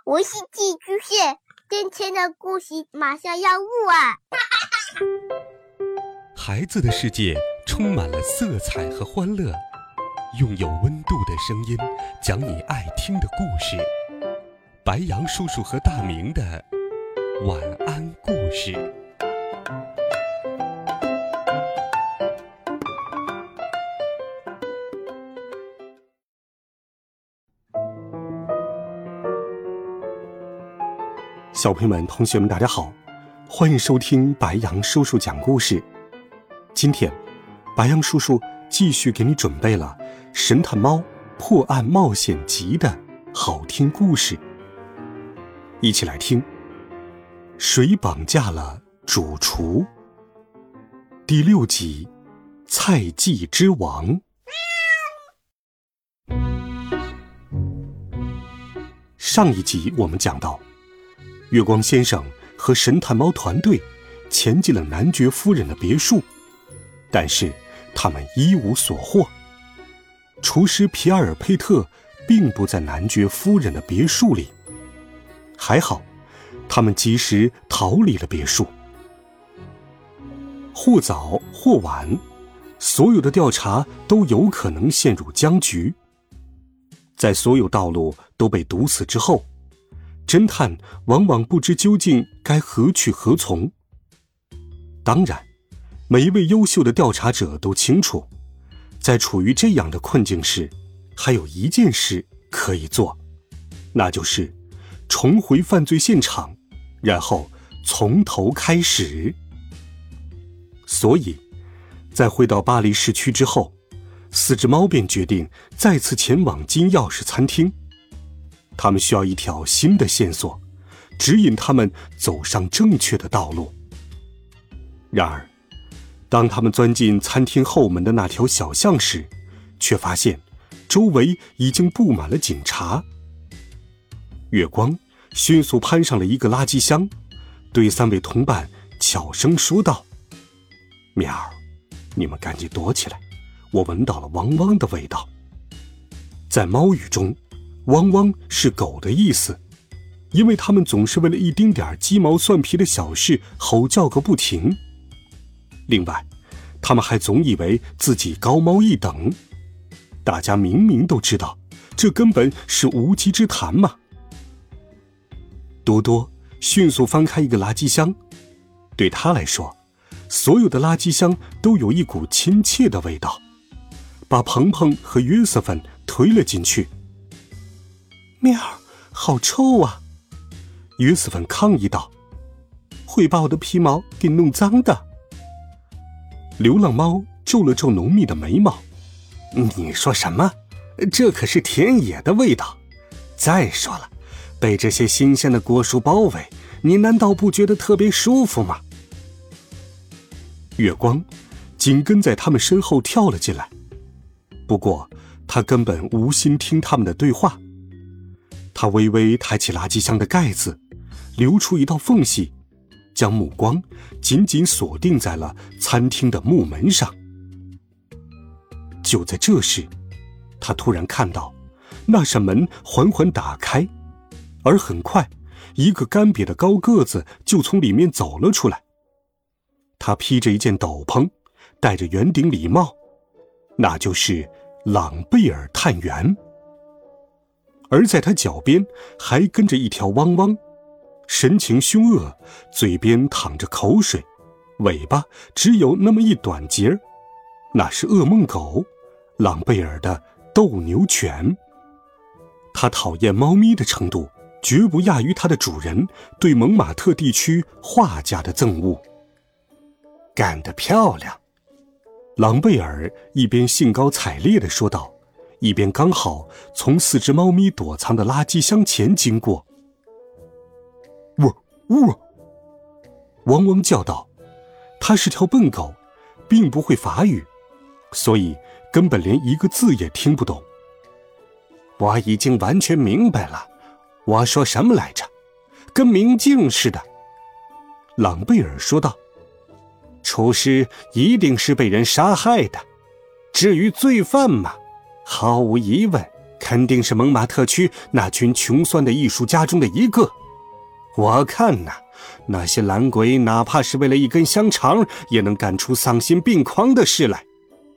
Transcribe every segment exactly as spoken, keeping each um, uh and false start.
我是寄居蟹，今天的故事马上要录啊！ 孩子的世界充满了色彩和欢乐，用有温度的声音讲你爱听的故事。白杨叔叔和大明的晚安故事。 小朋友们、同学们，大家好，欢迎收听白杨叔叔讲故事。今天，白杨叔叔继续给你准备了《神探猫破案冒险集》的好听故事，一起来听。谁绑架了主厨？第六集，菜季之王。上一集我们讲到，月光先生和神探猫团队前进了男爵夫人的别墅，但是他们一无所获。厨师皮埃尔佩特并不在男爵夫人的别墅里，还好他们及时逃离了别墅。或早或晚，所有的调查都有可能陷入僵局。在所有道路都被堵死之后，侦探往往不知究竟该何去何从。当然，每一位优秀的调查者都清楚，在处于这样的困境时，还有一件事可以做，那就是重回犯罪现场，然后从头开始。所以，在回到巴黎市区之后，四只猫便决定再次前往金钥匙餐厅。他们需要一条新的线索，指引他们走上正确的道路。然而，当他们钻进餐厅后门的那条小巷时，却发现周围已经布满了警察。月光迅速攀上了一个垃圾箱，对三位同伴悄声说道：喵，你们赶紧躲起来，我闻到了汪汪的味道。在猫语中，汪汪是狗的意思，因为它们总是为了一丁点鸡毛蒜皮的小事吼叫个不停。另外，它们还总以为自己高猫一等，大家明明都知道，这根本是无稽之谈嘛。多多迅速翻开一个垃圾箱，对他来说，所有的垃圾箱都有一股亲切的味道，把鹏鹏和约瑟芬推了进去。喵，好臭啊！约瑟芬抗议道：会把我的皮毛给弄脏的。流浪猫皱了皱浓密的眉毛：你说什么？这可是田野的味道。再说了，被这些新鲜的果树包围，你难道不觉得特别舒服吗？月光紧跟在他们身后跳了进来，不过他根本无心听他们的对话。他微微抬起垃圾箱的盖子，留出一道缝隙，将目光紧紧锁定在了餐厅的木门上。就在这时，他突然看到那扇门缓缓打开，而很快一个干瘪的高个子就从里面走了出来。他披着一件斗篷，戴着圆顶礼帽，那就是朗贝尔探员。而在他脚边还跟着一条汪汪，神情凶恶，嘴边淌着口水，尾巴只有那么一短截儿，那是噩梦狗，朗贝尔的斗牛犬。他讨厌猫咪的程度绝不亚于他的主人对蒙马特地区画家的憎恶。干得漂亮！朗贝尔一边兴高采烈地说道，一边刚好从四只猫咪躲藏的垃圾箱前经过。喔喔！汪汪叫道，它是条笨狗，并不会法语，所以根本连一个字也听不懂。我已经完全明白了，我说什么来着？跟明镜似的。朗贝尔说道，厨师一定是被人杀害的，至于罪犯嘛，毫无疑问， 肯定是蒙马特区那群穷酸的艺术家中的一个。我看呐、啊，那些懒鬼哪怕是为了一根香肠，也能干出丧心病狂的事来。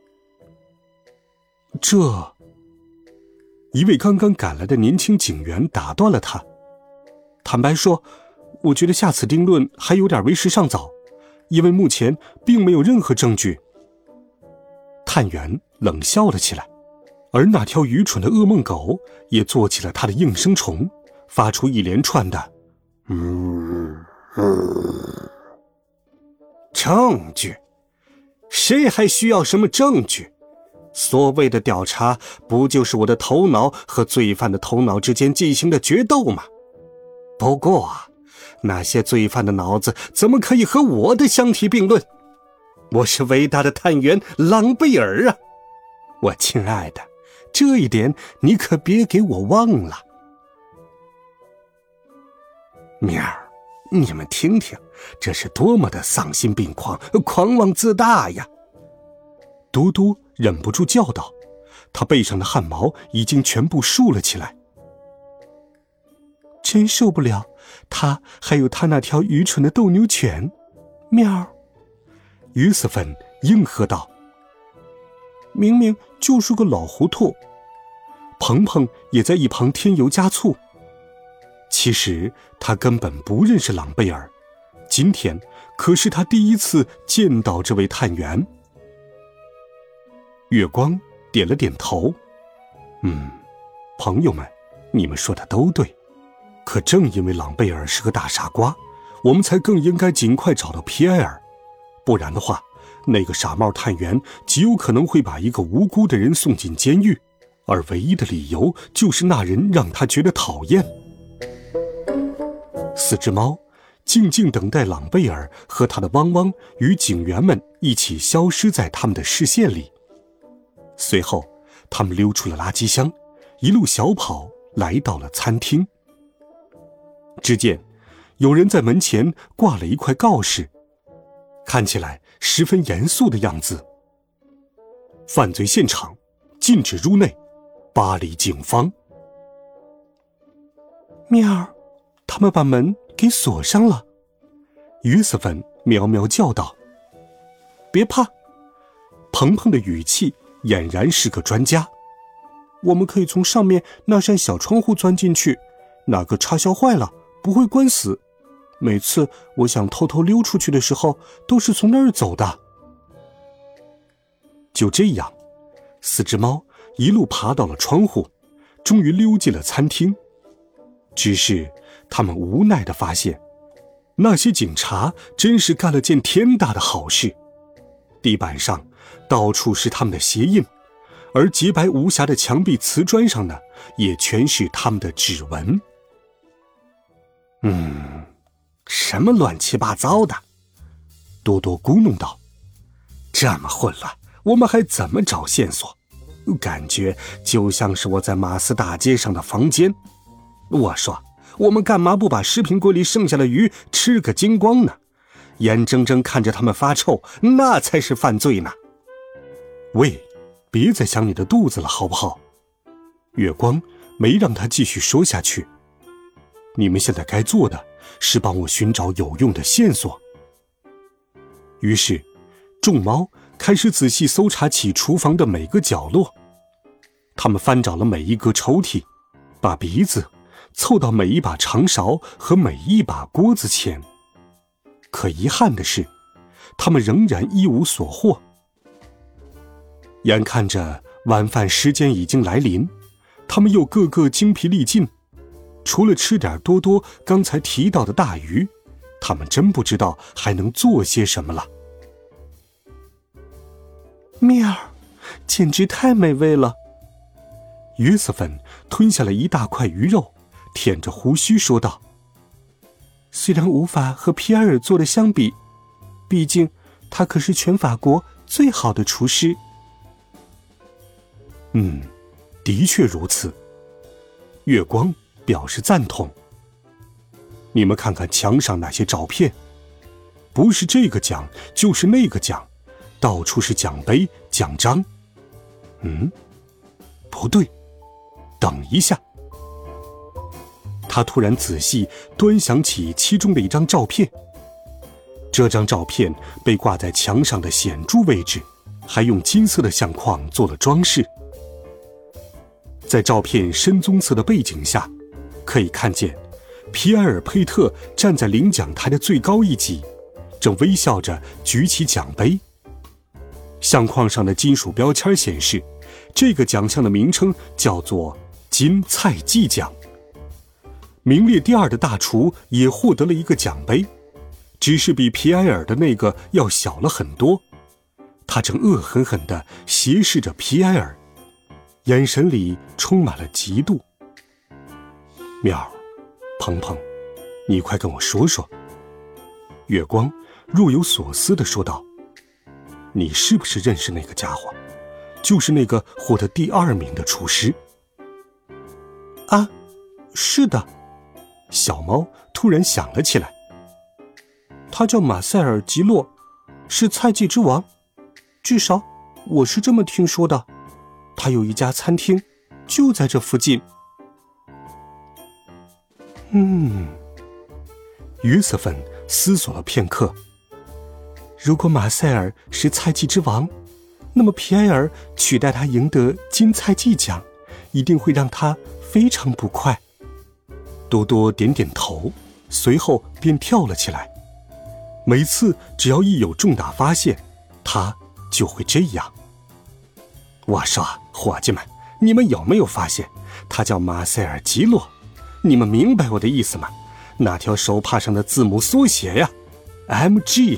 这，一位刚刚赶来的年轻警员打断了他。坦白说，我觉得下此定论还有点为时尚早，因为目前并没有任何证据。探员冷笑了起来，而那条愚蠢的噩梦狗也做起了它的应声虫，发出一连串的嗯嗯。证据？谁还需要什么证据？所谓的调查，不就是我的头脑和罪犯的头脑之间进行的决斗吗？不过啊，那些罪犯的脑子怎么可以和我的相提并论？我是伟大的探员朗贝尔啊！我亲爱的，这一点你可别给我忘了。喵儿，你们听听，这是多么的丧心病狂、狂妄自大呀！多多忍不住叫道，他背上的汗毛已经全部竖了起来。真受不了，他还有他那条愚蠢的斗牛犬。喵！约瑟芬应和道。明明就是个老糊涂。鹏鹏也在一旁添油加醋。其实他根本不认识朗贝尔，今天可是他第一次见到这位探员。月光点了点头。嗯，朋友们，你们说的都对。可正因为朗贝尔是个大傻瓜，我们才更应该尽快找到皮埃尔，不然的话，那个傻帽探员极有可能会把一个无辜的人送进监狱，而唯一的理由就是那人让他觉得讨厌。四只猫静静等待朗贝尔和他的汪汪与警员们一起消失在他们的视线里。随后他们溜出了垃圾箱，一路小跑来到了餐厅。只见有人在门前挂了一块告示，看起来十分严肃的样子。犯罪现场，禁止入内，巴黎警方。喵，他们把门给锁上了。约瑟芬喵喵叫道。别怕，鹏鹏的语气俨然是个专家。我们可以从上面那扇小窗户钻进去，哪个插销坏了不会关死。每次我想偷偷溜出去的时候，都是从那儿走的。就这样，四只猫一路爬到了窗户，终于溜进了餐厅。只是他们无奈地发现，那些警察真是干了件天大的好事。地板上到处是他们的鞋印，而洁白无瑕的墙壁瓷砖上呢，也全是他们的指纹。嗯，什么乱七八糟的？多多咕哝道。这么混乱，我们还怎么找线索？感觉就像是我在马斯大街上的房间。我说，我们干嘛不把食品柜里剩下的鱼吃个精光呢？眼睁睁看着它们发臭，那才是犯罪呢。喂，别再想你的肚子了，好不好？月光没让他继续说下去。你们现在该做的是帮我寻找有用的线索。于是，众猫开始仔细搜查起厨房的每个角落。他们翻找了每一个抽屉，把鼻子凑到每一把长勺和每一把锅子前。可遗憾的是，他们仍然一无所获。眼看着晚饭时间已经来临，他们又个个精疲力尽，除了吃点多多刚才提到的大鱼，他们真不知道还能做些什么了。喵，简直太美味了。约瑟芬吞下了一大块鱼肉，舔着胡须说道，虽然无法和皮埃尔做的相比，毕竟他可是全法国最好的厨师。嗯，的确如此。月光表示赞同。你们看看墙上那些照片，不是这个奖就是那个奖，到处是奖杯奖章。嗯，不对， 等一下。他突然仔细端详起其中的一张照片，这张照片被挂在墙上的显著位置，还用金色的相框做了装饰。在照片深棕色的背景下，可以看见皮埃尔·佩特站在领奖台的最高一级，正微笑着举起奖杯。相框上的金属标签显示，这个奖项的名称叫做金菜季奖。名列第二的大厨也获得了一个奖杯，只是比皮埃尔的那个要小了很多。他正恶狠狠地斜视着皮埃尔，眼神里充满了嫉妒。喵儿，鹏鹏，你快跟我说说。月光若有所思地说道，你是不是认识那个家伙？就是那个获得第二名的厨师。啊，是的。小猫突然想了起来，他叫马塞尔·吉洛，是菜季之王，至少我是这么听说的。他有一家餐厅，就在这附近。嗯，约瑟芬思索了片刻。如果马塞尔是菜季之王，那么皮埃尔取代他赢得金菜季奖，一定会让他非常不快。多多点点头，随后便跳了起来。每次只要一有重大发现，他就会这样。我说，伙计们，你们有没有发现，他叫马塞尔·吉洛？你们明白我的意思吗？那条手帕上的字母缩写呀 ，M G。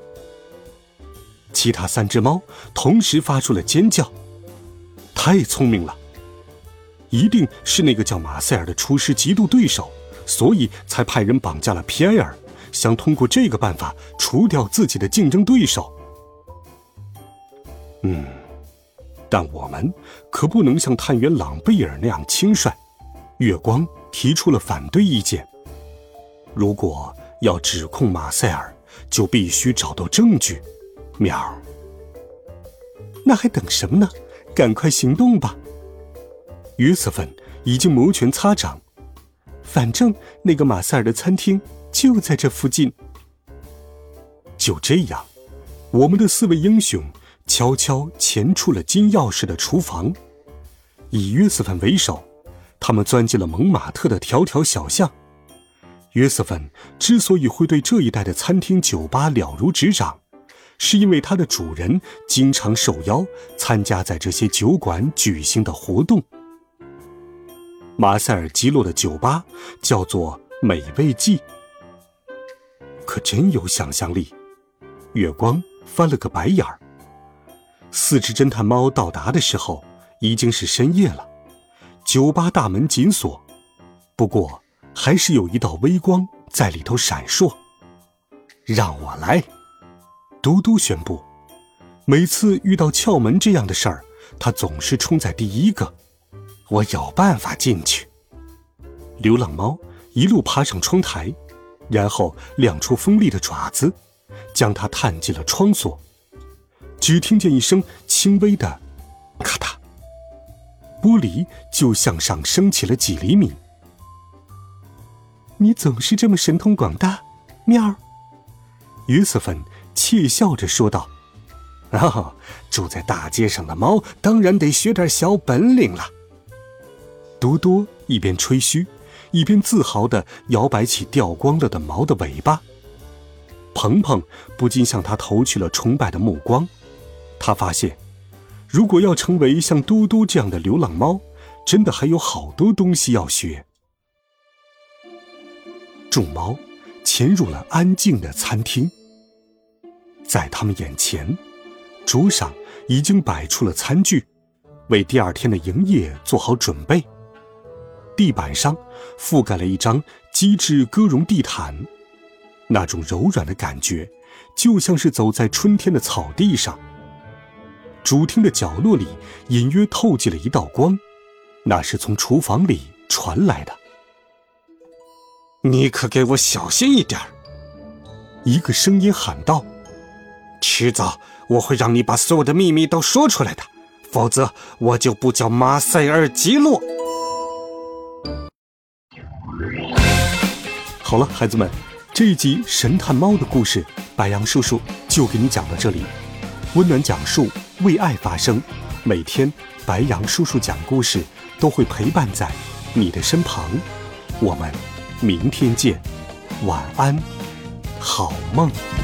其他三只猫同时发出了尖叫。太聪明了！一定是那个叫马塞尔的厨师嫉妒对手，所以才派人绑架了皮埃尔，想通过这个办法除掉自己的竞争对手。嗯，但我们可不能像探员朗贝尔那样轻率。月光提出了反对意见。如果要指控马塞尔，就必须找到证据。喵，那还等什么呢？赶快行动吧！约瑟芬已经摩拳擦掌，反正那个马塞尔的餐厅就在这附近。就这样，我们的四位英雄悄悄潜出了金钥匙的厨房，以约瑟芬为首，他们钻进了蒙马特的条条小巷。约瑟芬之所以会对这一带的餐厅酒吧了如指掌，是因为他的主人经常受邀参加在这些酒馆举行的活动。马塞尔·吉洛的酒吧叫做美味记。可真有想象力。月光翻了个白眼儿。四只侦探猫到达的时候已经是深夜了，酒吧大门紧锁，不过还是有一道微光在里头闪烁。让我来，嘟嘟宣布。每次遇到撬门这样的事儿，他总是冲在第一个。我有办法进去。流浪猫一路爬上窗台，然后亮出锋利的爪子，将它探进了窗锁。只听见一声轻微的咔嗒，玻璃就向上升起了几厘米。你总是这么神通广大，喵儿。约瑟芬窃笑着说道。哦，住在大街上的猫当然得学点小本领了。多多一边吹嘘，一边自豪地摇摆起掉光了的毛的尾巴。鹏鹏不禁向他投去了崇拜的目光。他发现，如果要成为像嘟嘟这样的流浪猫，真的还有好多东西要学。众猫潜入了安静的餐厅，在他们眼前，桌上已经摆出了餐具，为第二天的营业做好准备。地板上覆盖了一张机制鸽绒地毯，那种柔软的感觉就像是走在春天的草地上。主厅的角落里隐约透进了一道光，那是从厨房里传来的。你可给我小心一点，一个声音喊道。迟早我会让你把所有的秘密都说出来的，否则我就不叫马塞尔·吉洛。 好了，孩子们，这一集神探猫的故事，白羊叔叔就给你讲到这里。温暖讲述，为爱发声，每天白羊叔叔讲故事都会陪伴在你的身旁。我们明天见，晚安，好梦。